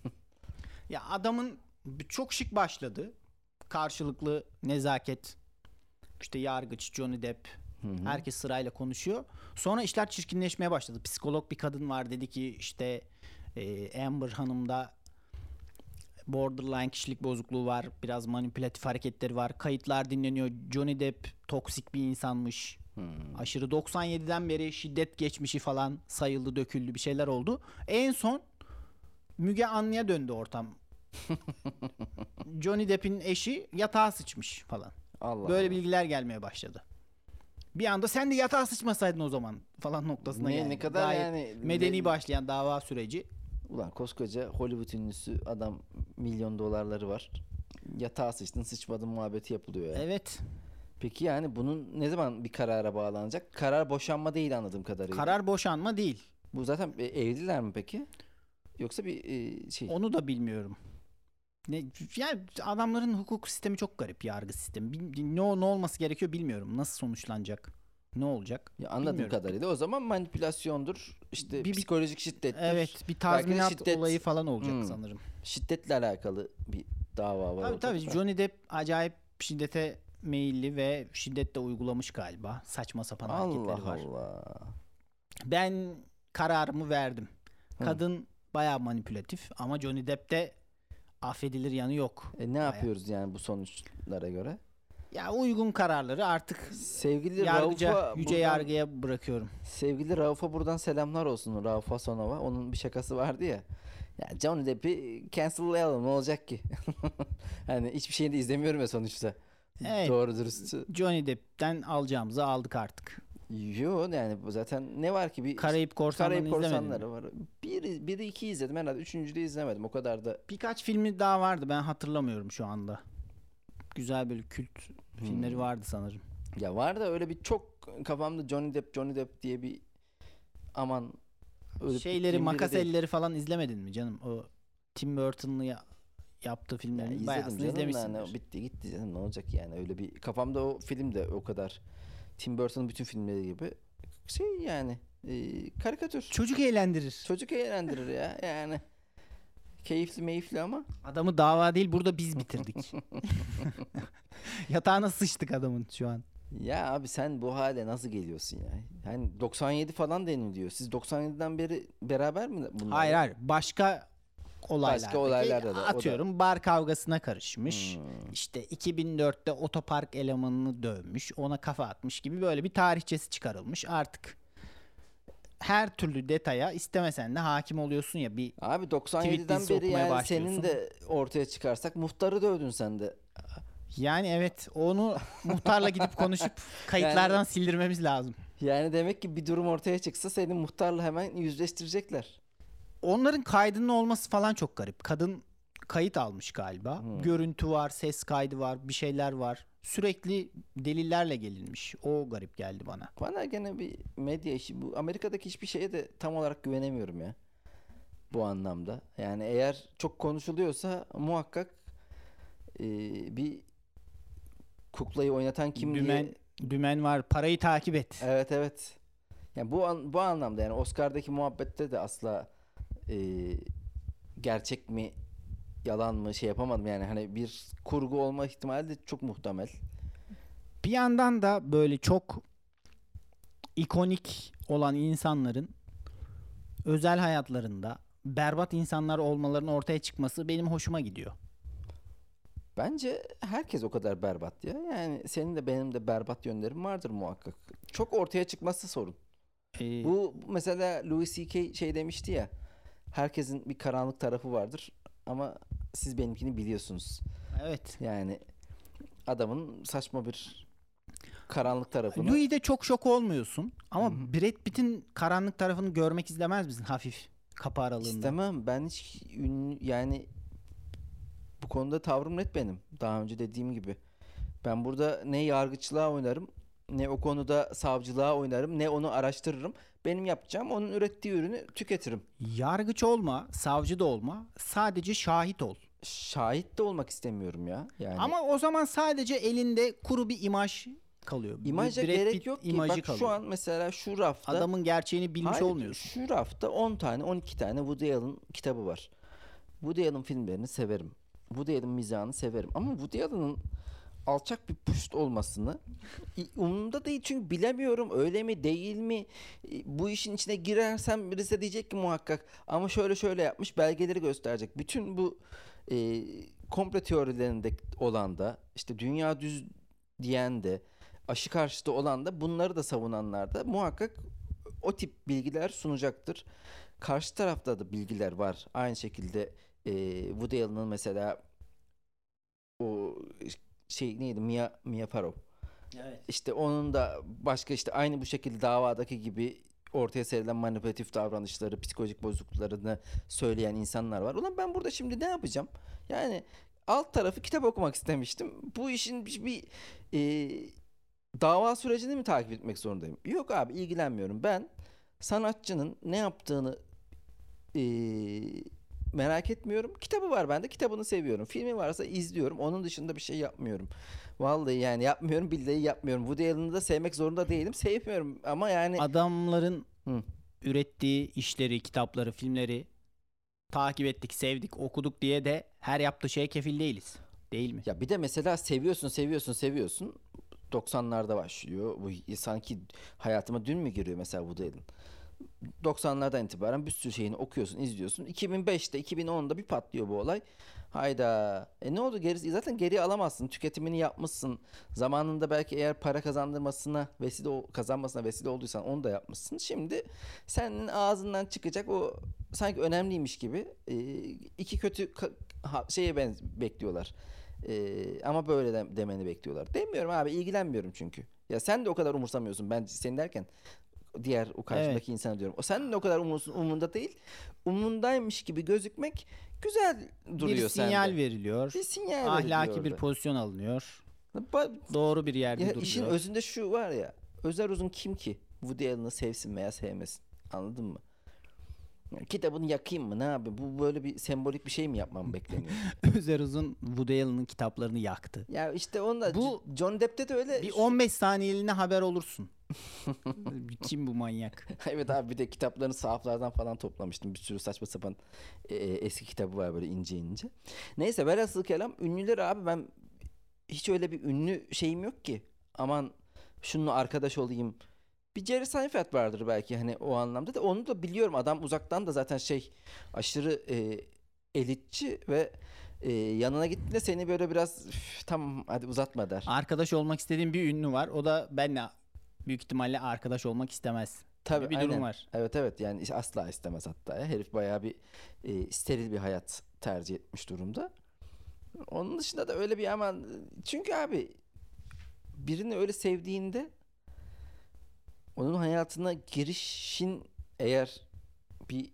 Ya adamın çok şık başladı. Karşılıklı nezaket. İşte yargıç, Johnny Depp. Herkes sırayla konuşuyor. Sonra işler çirkinleşmeye başladı. Psikolog bir kadın var, dedi ki işte Amber Hanım'da borderline kişilik bozukluğu var. Biraz manipülatif hareketleri var. Kayıtlar dinleniyor. Johnny Depp toksik bir insanmış. Aşırı 97'den beri şiddet geçmişi falan sayıldı, döküldü, bir şeyler oldu. En son Müge Anlı'ya döndü ortam. Johnny Depp'in eşi yatağa sıçmış falan. Allah Böyle Allah. bilgiler gelmeye başladı. Bir anda sen de yatağa sıçmasaydın o zaman falan noktasına Ne- geldi. ne kadar Gayet yani medeni başlayan dava süreci. Ulan koskoca Hollywood ünlüsü adam, milyon dolarları var. Yatağa sıçtın sıçmadın muhabbeti yapılıyor ya. Evet. Peki yani bunun ne zaman bir karara bağlanacak? Karar boşanma değil anladığım kadarıyla. Karar boşanma değil. Bu zaten evliler mi peki? Yoksa bir şey. Onu da bilmiyorum. Yani adamların hukuk sistemi çok garip, yargı sistemi. Ne olması gerekiyor bilmiyorum. Nasıl sonuçlanacak? Ne olacak? Ya anladığım bilmiyorum. kadarıyla o zaman manipülasyondur. İşte Bir- psikolojik şiddettir. Evet, bir Belki de tazminat şiddet. olayı falan olacak Hmm. sanırım. Şiddetle alakalı bir dava var. Tabii ortada tabii, da. Johnny Depp acayip şiddete meyilli ve şiddet de uygulamış galiba. Saçma sapan hareketleri Allah var. Allah. Ben kararımı verdim. Kadın bayağı manipülatif ama Johnny Depp'te affedilir yanı yok. Ne yapıyoruz yani bu sonuçlara göre? Ya uygun kararları artık Sevgili yargıca, Rauf'a yüce buradan, yargıya bırakıyorum. sevgili Rauf'a buradan selamlar olsun. Rauf Hasanova. Onun bir şakası vardı ya. Ya Johnny Depp'i cancel'layalım, ne olacak ki? Hani hiçbir şeyini de izlemiyorum ya sonuçta. Evet, Doğru dürüst. Johnny Depp'ten alacağımızı aldık artık. Yo, yani bu zaten ne var ki, bir Karayip Korsanları'nı Karayip izlemedin mi? Korsanları var. Biri iki izledim herhalde. Üçüncüyü de izlemedim. O kadar da. Birkaç filmi daha vardı, ben hatırlamıyorum şu anda. Güzel böyle kült filmleri Hmm. vardı sanırım. Ya var da öyle bir çok kafamda Johnny Depp diye bir, aman, öyle bir Şeyleri, film biri Makas değil. Elleri falan izlemedin mi canım? O Tim Burton'lı yaptığı Ya filmlerin izledim bayağısını canım da hani izlemişsindir. bitti gitti canım, ne olacak yani, öyle bir kafamda o film de o kadar, Tim Burton'ın bütün filmleri gibi şey yani, karikatür. Çocuk eğlendirir. Çocuk eğlendirir ya yani, keyifli meyifli ama. Adamı dava değil, burada biz bitirdik. Yatağına sıçtık adamın şu an. Ya abi sen bu hale nasıl geliyorsun ya? Yani 97 falan deniliyor. Siz 97'den beri beraber mi bunlar? Hayır hayır, başka olaylardaki, Başka olaylarda da, o da. atıyorum bar kavgasına karışmış. Hmm. İşte 2004'te otopark elemanını dövmüş, ona kafa atmış gibi böyle bir tarihçesi çıkarılmış. Artık her türlü detaya istemesen de hakim oluyorsun ya, bir Abi tweet 97'den dizisi beri okumaya yani senin başlıyorsun. de ortaya çıkarsak muhtarı dövdün sen de. Yani evet, onu muhtarla gidip konuşup kayıtlardan sildirmemiz lazım. Yani demek ki bir durum ortaya çıksa seni muhtarla hemen yüzleştirecekler. Onların kaydının olması falan çok garip. Kadın kayıt almış galiba. Hmm. Görüntü var, ses kaydı var, bir şeyler var. Sürekli delillerle gelinmiş. O garip geldi bana. Bana gene bir medya işi bu. Amerika'daki hiçbir şeye de tam olarak güvenemiyorum ya. Bu anlamda. Yani eğer çok konuşuluyorsa muhakkak bir kuklayı oynatan kim Dümen diye. dümen var. Parayı takip et. Evet, evet. Yani bu anlamda, yani Oscar'daki muhabbette de asla e, gerçek mi yalan mı şey yapamadım, yani hani bir kurgu olma ihtimali de çok muhtemel. Bir yandan da böyle çok ikonik olan insanların özel hayatlarında berbat insanlar olmalarının ortaya çıkması benim hoşuma gidiyor. Bence herkes o kadar berbat ya. Yani senin de benim de berbat yönlerim vardır muhakkak. Çok ortaya çıkması sorun. Ee, Bu mesela Louis C.K. şey demişti ya. Herkesin bir karanlık tarafı vardır ama siz benimkini biliyorsunuz. evet. Yani adamın saçma bir karanlık tarafını. Louis'de çok şok olmuyorsun ama Hı hı. Brad Pitt'in karanlık tarafını görmek istemez misin hafif kapı aralığında? İstemem. Ben hiç yani bu konuda tavrım net benim. Daha önce dediğim gibi. Ben burada ne yargıçlığa oynarım, ne o konuda savcılığa oynarım, ne onu araştırırım. Benim yapacağım onun ürettiği ürünü tüketirim. Yargıç olma, savcı da olma, sadece şahit ol. Şahit de olmak istemiyorum ya. Yani Ama o zaman sadece elinde kuru bir imaj kalıyor. imaja Brad gerek Pitt yok ki. imajı Bak kalıyor. şu an mesela şu rafta, Adamın gerçeğini bilmiş hayır, olmuyorsun. şu rafta 10 tane 12 tane Woody Allen kitabı var. Woody Allen filmlerini severim. Woody Allen mizahını severim. Ama Woody Allen'ın alçak bir puşt olmasını umurumda değil, çünkü bilemiyorum öyle mi değil mi. Bu işin içine girersem birisi de diyecek ki muhakkak ama şöyle şöyle yapmış, belgeleri gösterecek. Bütün bu e, komplo teorilerinde olan da, işte dünya düz diyen de, aşı karşıtı olan da, bunları da savunanlar da muhakkak o tip bilgiler sunacaktır. Karşı tarafta da bilgiler var. Aynı şekilde Woody Allen'ın mesela o şey neydi, Mia Farrow. Evet. İşte onun da başka, işte aynı bu şekilde davadaki gibi ortaya serilen manipülatif davranışları, psikolojik bozukluklarını söyleyen insanlar var. Ulan ben burada şimdi ne yapacağım? Yani alt tarafı kitap okumak istemiştim. Bu işin bir dava sürecini mi takip etmek zorundayım? Yok abi, ilgilenmiyorum. Ben sanatçının ne yaptığını e, merak etmiyorum. Kitabı var bende, kitabını seviyorum. Filmi varsa izliyorum. Onun dışında bir şey yapmıyorum. Vallahi yani yapmıyorum, billahi yapmıyorum. Woody Allen'ı da sevmek zorunda değilim. Sevmiyorum ama yani. Adamların Hı. ürettiği işleri, kitapları, filmleri takip ettik, sevdik, okuduk diye de her yaptığı şeye kefil değiliz. Değil mi? Ya bir de mesela seviyorsun. 90'larda başlıyor. Bu sanki hayatıma dün mü giriyor mesela Woody Allen? 90'lardan itibaren bir sürü şeyini okuyorsun, izliyorsun. 2005'te, 2010'da bir patlıyor bu olay. Hayda. Ne oldu? Zaten geri alamazsın. Tüketimini yapmışsın. Zamanında belki eğer para kazanmasına vesile olduysan onu da yapmışsın. Şimdi senin ağzından çıkacak o sanki önemliymiş gibi iki kötü bekliyorlar. Ama böyle demeni bekliyorlar. Demiyorum abi, ilgilenmiyorum çünkü. Ya sen de o kadar umursamıyorsun. Ben senin derken diğer o karşımdaki insana diyorum. O senin de o kadar umurunda değil. Umundaymış gibi gözükmek güzel duruyor Bir sinyal sende. veriliyor. Bir sinyal Ahlaki veriliyor bir orada. pozisyon alınıyor. Ba- Doğru bir yerde Ya duruyor. işin özünde şu var ya. Özer Uzun kim ki? Woody Allen'ı sevsin veya sevmesin. Anladın mı? Ya kitabını yakayım mı? Ne abi? Bu böyle bir sembolik bir şey mi yapmam bekleniyor? Özer Uzun Woody Allen'ın kitaplarını yaktı. Ya işte onda Bu John Depp'te de öyle. Bir 15 saniyeliğine haber olursun. Kim bu manyak? Evet abi, bir de kitaplarını sahaflardan falan toplamıştım. Bir sürü saçma sapan eski kitabı var böyle ince ince. Neyse, velhasıl kelam, ünlüler abi, ben hiç öyle bir ünlü şeyim yok ki. Aman şununla arkadaş olayım. Bir Jerry Seinfeld vardır belki, hani o anlamda da, onu da biliyorum. Adam uzaktan da zaten aşırı elitçi ve yanına gittiğinde seni böyle biraz tamam hadi uzatma der. Arkadaş olmak istediğim bir ünlü var. O da benle büyük ihtimalle arkadaş olmak istemez. Tabii, Bir aynen. durum var. Evet yani asla istemez hatta ya. Herif bayağı bir steril bir hayat tercih etmiş durumda. Onun dışında da öyle bir aman, çünkü abi birini öyle sevdiğinde onun hayatına girişin eğer bir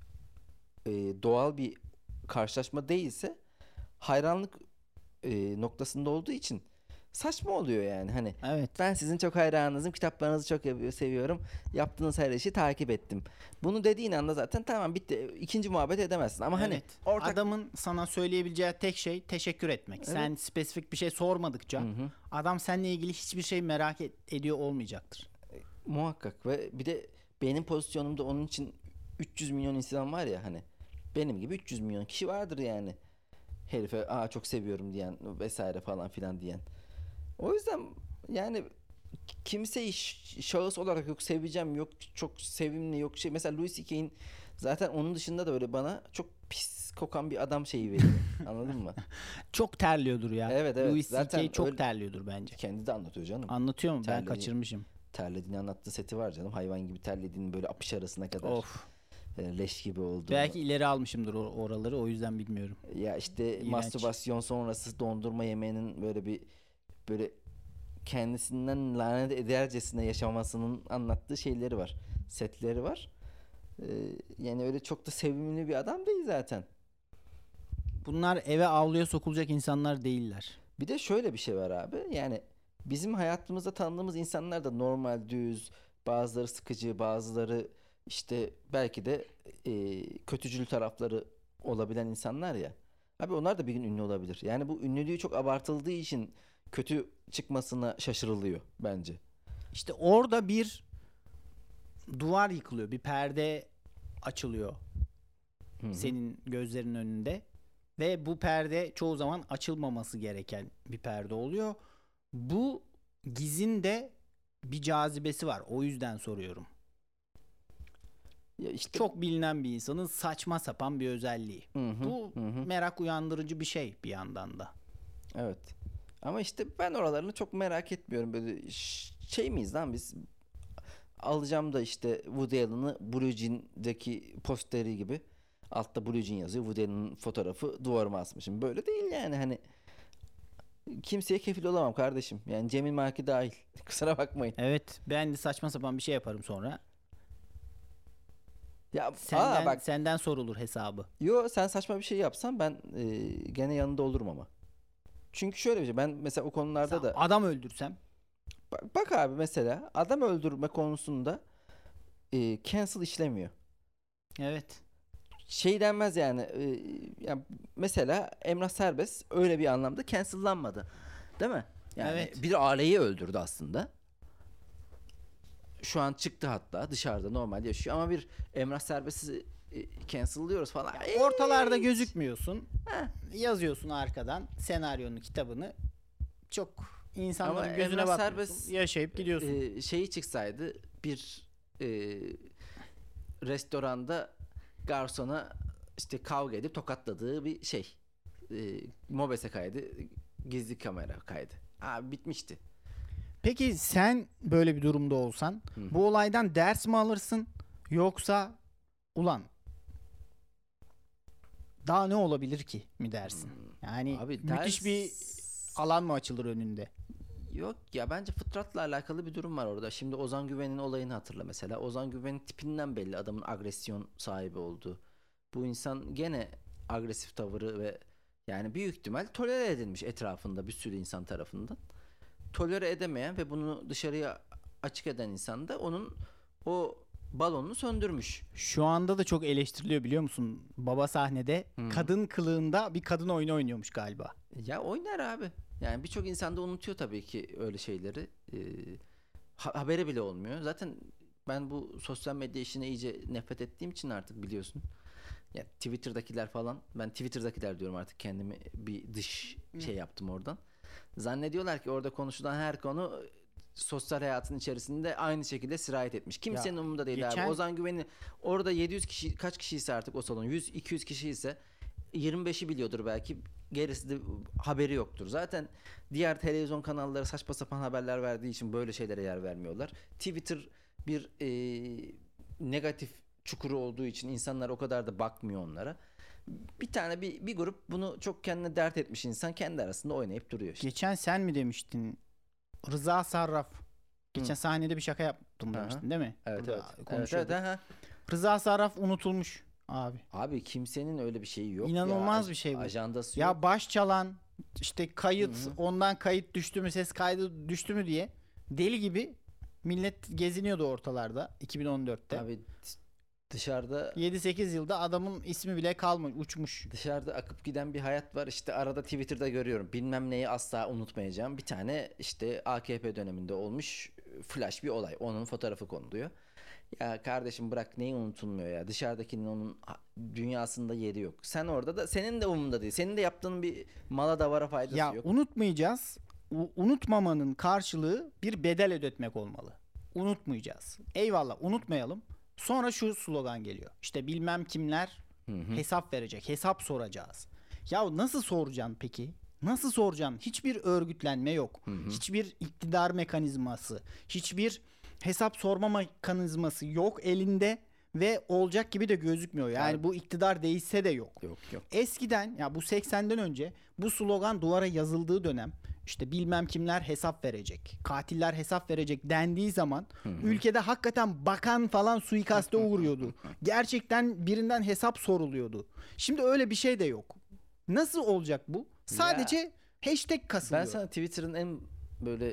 doğal bir karşılaşma değilse, hayranlık noktasında olduğu için saçma oluyor yani. Hani Evet. ben sizin çok hayranınızım, kitaplarınızı çok seviyorum, yaptığınız her işi takip ettim. Bunu dediğin anda zaten tamam, bitti. İkinci muhabbet edemezsin. Ama hani Evet. ortak... Adamın sana söyleyebileceği tek şey teşekkür etmek. Evet. Sen spesifik bir şey sormadıkça adam seninle ilgili hiçbir şey merak ediyor olmayacaktır. Muhakkak. Ve bir de benim pozisyonumda onun için 300 milyon insan var ya, hani benim gibi 300 milyon kişi vardır yani. Herife çok seviyorum diyen vesaire falan filan diyen. O yüzden yani kimseyi şahıs olarak yok seveceğim, yok çok sevimli, yok mesela Louis C.K.'in zaten onun dışında da böyle bana çok pis kokan bir adam şeyi veriyor. Anladın mı? Çok terliyordur ya. Evet. Louis Zaten C.K. çok öyle, terliyordur bence. kendi de anlatıyor canım. Anlatıyor mu? Ben kaçırmışım. Terlediğini anlattığı seti var canım. Hayvan gibi terlediğini, böyle apış arasına kadar. Of. Leş gibi olduğunu. Belki ileri almışımdır oraları, o yüzden bilmiyorum. Ya işte İğrenç. mastürbasyon sonrası dondurma yemeğinin böyle kendisinden lanet edercesine yaşamasının anlattığı şeyleri var. Setleri var. Yani öyle çok da sevimli bir adam değil zaten. Bunlar eve avluya sokulacak insanlar değiller. Bir de şöyle bir şey var abi. Yani bizim hayatımızda tanıdığımız insanlar da normal, düz, bazıları sıkıcı, bazıları işte belki de kötücül tarafları olabilen insanlar ya. Abi onlar da bir gün ünlü olabilir. Yani bu ünlülüğü çok abartıldığı için kötü çıkmasına şaşırılıyor bence. İşte orada bir duvar yıkılıyor, bir perde açılıyor senin gözlerinin önünde ve bu perde çoğu zaman açılmaması gereken bir perde oluyor. Bu gizin de bir cazibesi var. O yüzden soruyorum. Ya işte Çok bilinen bir insanın saçma sapan bir özelliği. Bu merak uyandırıcı bir şey bir yandan da. evet. Ama işte ben oralarını çok merak etmiyorum. Böyle şey miyiz lan biz? Alacağım da işte Woody Allen'ı Blue Jean'deki posteri gibi. Altta Blue Jean yazıyor. Woody Allen'ın fotoğrafı duvarıma asmışım. Böyle değil yani, hani kimseye kefil olamam kardeşim. Yani Cemil Marki dahil. Kusura bakmayın. Evet, ben de saçma sapan bir şey yaparım sonra. Ya Senden sorulur hesabı. Yo, sen saçma bir şey yapsan ben gene yanında olurum ama. Çünkü şöyle bir şey, ben mesela o konularda da adam öldürsem. bak abi, mesela adam öldürme konusunda cancel işlemiyor. Evet. Şey denmez yani, yani mesela Emrah Serbest öyle bir anlamda cancellanmadı. Değil mi? Yani Evet. bir aileyi öldürdü aslında. Şu an çıktı, hatta dışarıda normal yaşıyor, ama bir Emrah Serbest'i cancel'lıyoruz falan. Ortalarda gözükmüyorsun. Yazıyorsun arkadan senaryonu, kitabını. Çok insanların Ama gözüne Emrah bakmıyorsun. Serbest yaşayıp gidiyorsun. Şeyi çıksaydı, bir restoranda garsona işte kavga edip tokatladığı bir şey. Mobese kaydı, gizli kamera kaydı. Abi bitmişti. Peki sen böyle bir durumda olsan bu olaydan ders mi alırsın yoksa ulan daha ne olabilir ki mi dersin? Yani Abi müthiş bir alan mı açılır önünde? Yok ya, bence fıtratla alakalı bir durum var orada. Şimdi Ozan Güven'in olayını hatırla mesela. Ozan Güven'in tipinden belli adamın agresyon sahibi olduğu. Bu insan gene agresif tavırı ve yani büyük ihtimal tolere edilmiş etrafında bir sürü insan tarafından. Tolere edemeyen ve bunu dışarıya açık eden insan da onun o balonunu söndürmüş. Şu anda da çok eleştiriliyor biliyor musun? Baba sahnede kadın kılığında bir kadın oyunu oynuyormuş galiba. Ya oynar abi. Yani birçok insan da unutuyor tabii ki öyle şeyleri. Haberi bile olmuyor. Zaten ben bu sosyal medya işine iyice nefret ettiğim için artık biliyorsun. Ya Twitter'dakiler falan. Ben Twitter'dakiler diyorum artık, kendimi bir dış şey yaptım oradan. Zannediyorlar ki orada konuşulan her konu sosyal hayatın içerisinde aynı şekilde sirayet etmiş. Kimsenin umurunda değil abi. Ozan Güven'i orada 700 kişi, kaç kişiyse artık o salon 100-200 kişi ise 25'i biliyordur belki. Gerisi de haberi yoktur. Zaten diğer televizyon kanalları saçma sapan haberler verdiği için böyle şeylere yer vermiyorlar. Twitter bir negatif çukuru olduğu için insanlar o kadar da bakmıyor onlara. Bir tane bir grup bunu çok kendine dert etmiş insan kendi arasında oynayıp duruyor işte. Geçen sen mi demiştin? Rıza Sarraf. Geçen sahnede bir şaka yaptım demiştin değil mi? Evet, Burada evet. konuşuyorduk. Evet. Rıza Sarraf unutulmuş abi. Abi kimsenin öyle bir şeyi yok. İnanılmaz bir şey bu. Ajandası ya yok. baş çalan, işte kayıt, ondan kayıt düştü mü, ses kaydı düştü mü diye deli gibi millet geziniyordu ortalarda 2014'te. Abi dışarıda 7-8 yılda adamın ismi bile kalmış, uçmuş. dışarıda akıp giden bir hayat var. İşte arada Twitter'da görüyorum. Bilmem neyi asla unutmayacağım. Bir tane işte AKP döneminde olmuş flash bir olay. Onun fotoğrafı konuluyor. Ya kardeşim bırak, neyi unutulmuyor ya. Dışarıdakinin onun dünyasında yeri yok. Sen orada da senin de umurunda değil. Senin de yaptığın bir mala davara faydası Ya yok. unutmayacağız. Unutmamanın karşılığı bir bedel ödetmek olmalı. Unutmayacağız. Eyvallah, unutmayalım. Sonra şu slogan geliyor. İşte bilmem kimler hesap verecek, hesap soracağız. Ya nasıl soracaksın peki? Nasıl soracaksın? Hiçbir örgütlenme yok. Hiçbir iktidar mekanizması, hiçbir hesap sorma mekanizması yok elinde ve olacak gibi de gözükmüyor. Yani bu iktidar değişse de yok. Yok. Eskiden ya bu 80'den önce bu slogan duvara yazıldığı dönem işte bilmem kimler hesap verecek, katiller hesap verecek dendiği zaman ülkede hakikaten bakan falan suikaste uğruyordu. Gerçekten birinden hesap soruluyordu. Şimdi öyle bir şey de yok. Nasıl olacak bu? Sadece hashtag kasılıyor. Ben sana Twitter'ın en böyle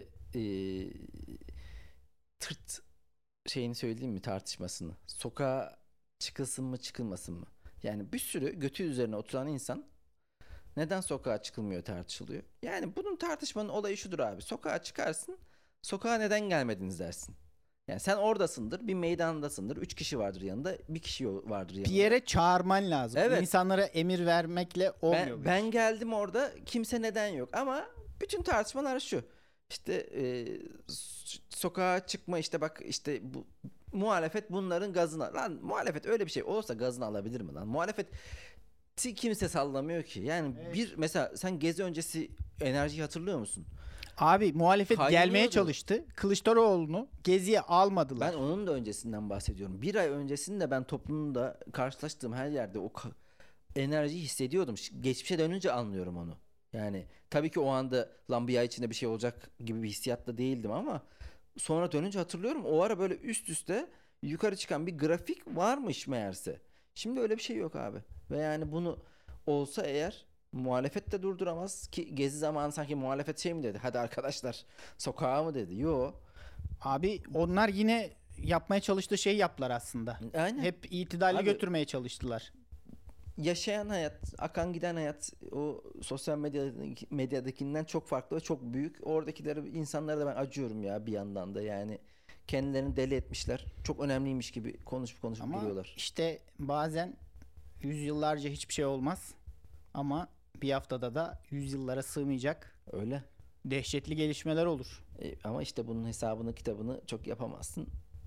tırt şeyini söyleyeyim mi, tartışmasını? Sokağa çıkılsın mı çıkılmasın mı? Yani bir sürü götü üzerine oturan insan neden sokağa çıkılmıyor tartışılıyor. Yani bunun tartışmanın olayı şudur abi. Sokağa çıkarsın, sokağa neden gelmediniz dersin. Yani sen oradasındır, bir meydandasındır. 3 kişi vardır yanında, bir kişi vardır yanında. Bir yere çağırman lazım. Evet. İnsanlara emir vermekle olmuyor. Ben geldim orada, kimse neden yok. Ama bütün tartışmalar şu. İşte sokağa çıkma, işte bak işte bu muhalefet bunların gazını. Lan muhalefet öyle bir şey olsa gazını alabilir mi lan? Muhalefet kimse sallamıyor ki. Yani bir mesela sen gezi öncesi enerjiyi hatırlıyor musun? Abi muhalefet gelmeye Kaynıyordu. çalıştı. Kılıçdaroğlu'nu geziye almadılar. Ben onun da öncesinden bahsediyorum. Bir ay öncesinde ben toplumda karşılaştığım her yerde o enerjiyi hissediyordum. Geçmişe dönünce anlıyorum onu. Yani tabii ki o anda lan bir ay içinde bir şey olacak gibi bir hissiyatla değildim ama sonra dönünce hatırlıyorum. O ara böyle üst üste yukarı çıkan bir grafik varmış meğerse. Şimdi öyle bir şey yok abi. Ve yani bunu olsa eğer muhalefet de durduramaz ki. Gezi zamanı sanki muhalefet şey mi dedi? Hadi arkadaşlar sokağa mı dedi? Yo. Abi onlar yine yapmaya çalıştığı şeyi yaptılar aslında. Aynen. Hep itidalli Abi, götürmeye çalıştılar. yaşayan hayat, akan giden hayat o sosyal medyadakinden çok farklı ve çok büyük. Oradakileri, insanlara da ben acıyorum ya bir yandan da. Yani kendilerini deli etmişler. Çok önemliymiş gibi konuşup Ama duruyorlar. işte bazen yüzyıllarca hiçbir şey olmaz. Ama bir haftada da yüzyıllara sığmayacak Öyle. dehşetli gelişmeler olur. Ama işte bunun hesabını kitabını çok yapamazsın.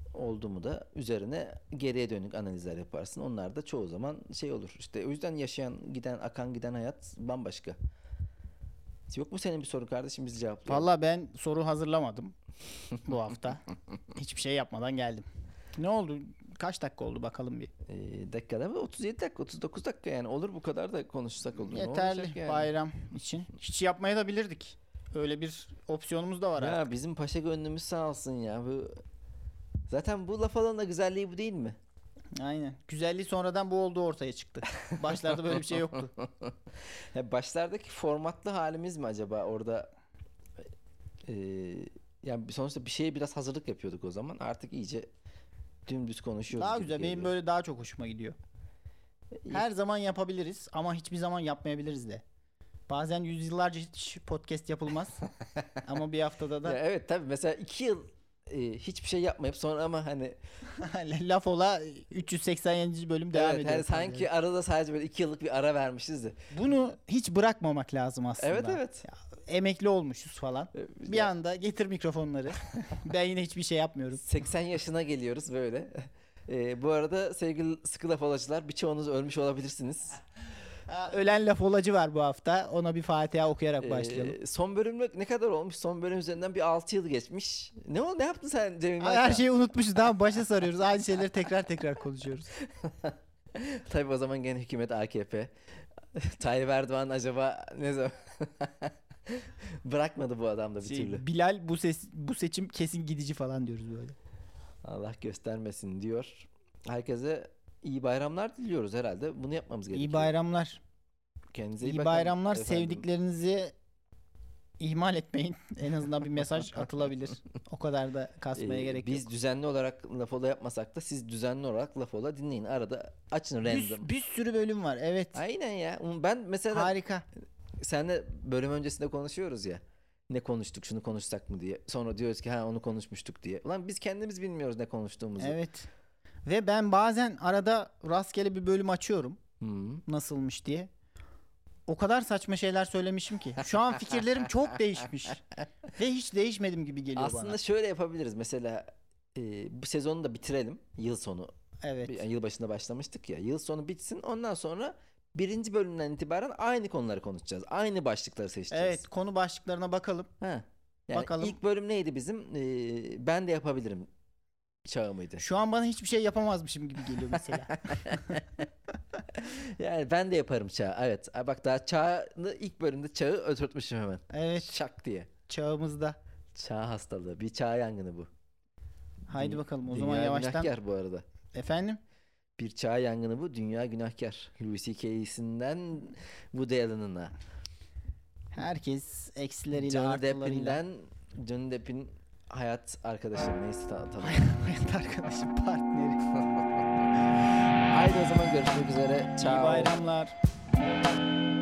oldu mu da üzerine geriye dönük analizler yaparsın. Onlar da çoğu zaman şey olur. İşte o yüzden yaşayan, giden, akan giden hayat bambaşka. Yok mu senin bir sorun kardeşim, biz cevaplayalım. Valla ben soru hazırlamadım bu hafta. Hiçbir şey yapmadan geldim. Ne oldu? Kaç dakika oldu bakalım bir. Dakikada mı? 37 dakika, 39 dakika yani. Olur, bu kadar da konuşsak olur. Ne Yeterli olacak yani? bayram için. Hiç yapmaya da bilirdik. Öyle bir opsiyonumuz da var Ya artık. bizim paşa gönlümüz sağ olsun ya. Zaten bu laf alanın da güzelliği bu değil mi? Aynen. Güzelliği sonradan bu olduğu ortaya çıktı. Başlarda böyle bir şey yoktu. Ya başlardaki formatlı halimiz mi acaba orada? e, Yani sonuçta bir şeye biraz hazırlık yapıyorduk o zaman. Artık iyice dümdüz konuşuyoruz Daha gibi güzel. Benim geliyor. böyle daha çok hoşuma gidiyor. Her zaman yapabiliriz ama hiçbir zaman yapmayabiliriz de. Bazen yüzyıllarca hiç podcast yapılmaz. Ama bir haftada Ya da evet, tabii mesela 2 yıl hiçbir şey yapmayıp sonra ama hani laf ola 387. bölüm devam evet, ediyor. hani sanki arada sadece böyle 2 yıllık bir ara vermişiz de. Bunu hiç bırakmamak lazım aslında. Evet evet. Emekli olmuşuz falan. Bir Ya, anda getir mikrofonları. Ben yine hiçbir şey yapmıyorum. 80 yaşına geliyoruz böyle. Bu arada sevgili sıkı laf olacılar, birçoğunuz ölmüş olabilirsiniz. Ölen laf olacı var bu hafta. Ona bir Fatiha okuyarak başlayalım. Son bölümle ne kadar olmuş? Son bölüm üzerinden bir 6 yıl geçmiş. Ne oldu? Ne yaptın sen Cemil? Her şeyi unutmuşuz. Tamam, başa sarıyoruz. Aynı şeyleri tekrar tekrar konuşuyoruz. Tabii o zaman gene hükümet AKP. Tayyip Erdoğan acaba ne zaman? Bırakmadı bu adam da bir türlü. Bilal bu seçim kesin gidici falan diyoruz böyle. Allah göstermesin diyor. Herkese iyi bayramlar diliyoruz herhalde. Bunu yapmamız gerekiyor. İyi bayramlar. Kendinize iyi İyi bakın bayramlar. efendim. Sevdiklerinizi ihmal etmeyin. En azından bir mesaj atılabilir. O kadar da kasmaya gerek Biz yok. düzenli olarak Lafola yapmasak da siz düzenli olarak Lafola dinleyin. Arada açın random. Bir sürü bölüm var. Evet. Aynen ya. Ben mesela Harika. seninle bölüm öncesinde konuşuyoruz ya. Ne konuştuk, şunu konuşsak mı diye. Sonra diyoruz ki ha onu konuşmuştuk diye. Ulan biz kendimiz bilmiyoruz ne konuştuğumuzu. Evet. Ve ben bazen arada rastgele bir bölüm açıyorum. Hı. Nasılmış diye. O kadar saçma şeyler söylemişim ki. Şu an fikirlerim çok değişmiş. Ve hiç değişmedim gibi geliyor Aslında bana. şöyle yapabiliriz. Mesela bu sezonu da bitirelim. Yıl sonu. Evet. Yani yıl başında başlamıştık ya. Yıl sonu bitsin. Ondan sonra birinci bölümden itibaren aynı konuları konuşacağız. Aynı başlıkları seçeceğiz. Evet, konu başlıklarına bakalım. Ha. Yani Bakalım. ilk bölüm neydi bizim? Ben de yapabilirim çağı mıydı? Şu an bana hiçbir şey yapamazmışım gibi geliyor mesela. Yani ben de yaparım çağı. Evet. Ay bak, daha çağını ilk bölümde çağı oturtmuşum hemen. Evet, Şak diye. çağımızda. Çağ hastalığı. Bir çağ yangını bu. Haydi bakalım o Dünya zaman yavaştan. günahkar bu arada. Efendim? Bir çağ yangını bu. Dünya günahkar. Louis C.K.'sinden Woody Allen'ına. Herkes eksileriyle Johnny artılarıyla. Depp'inden Johnny Depp'in hayat arkadaşı. Neyse tanıtalım. Hayat arkadaşım, partneri. Haydi o zaman görüşmek üzere. İyi Ciao. bayramlar.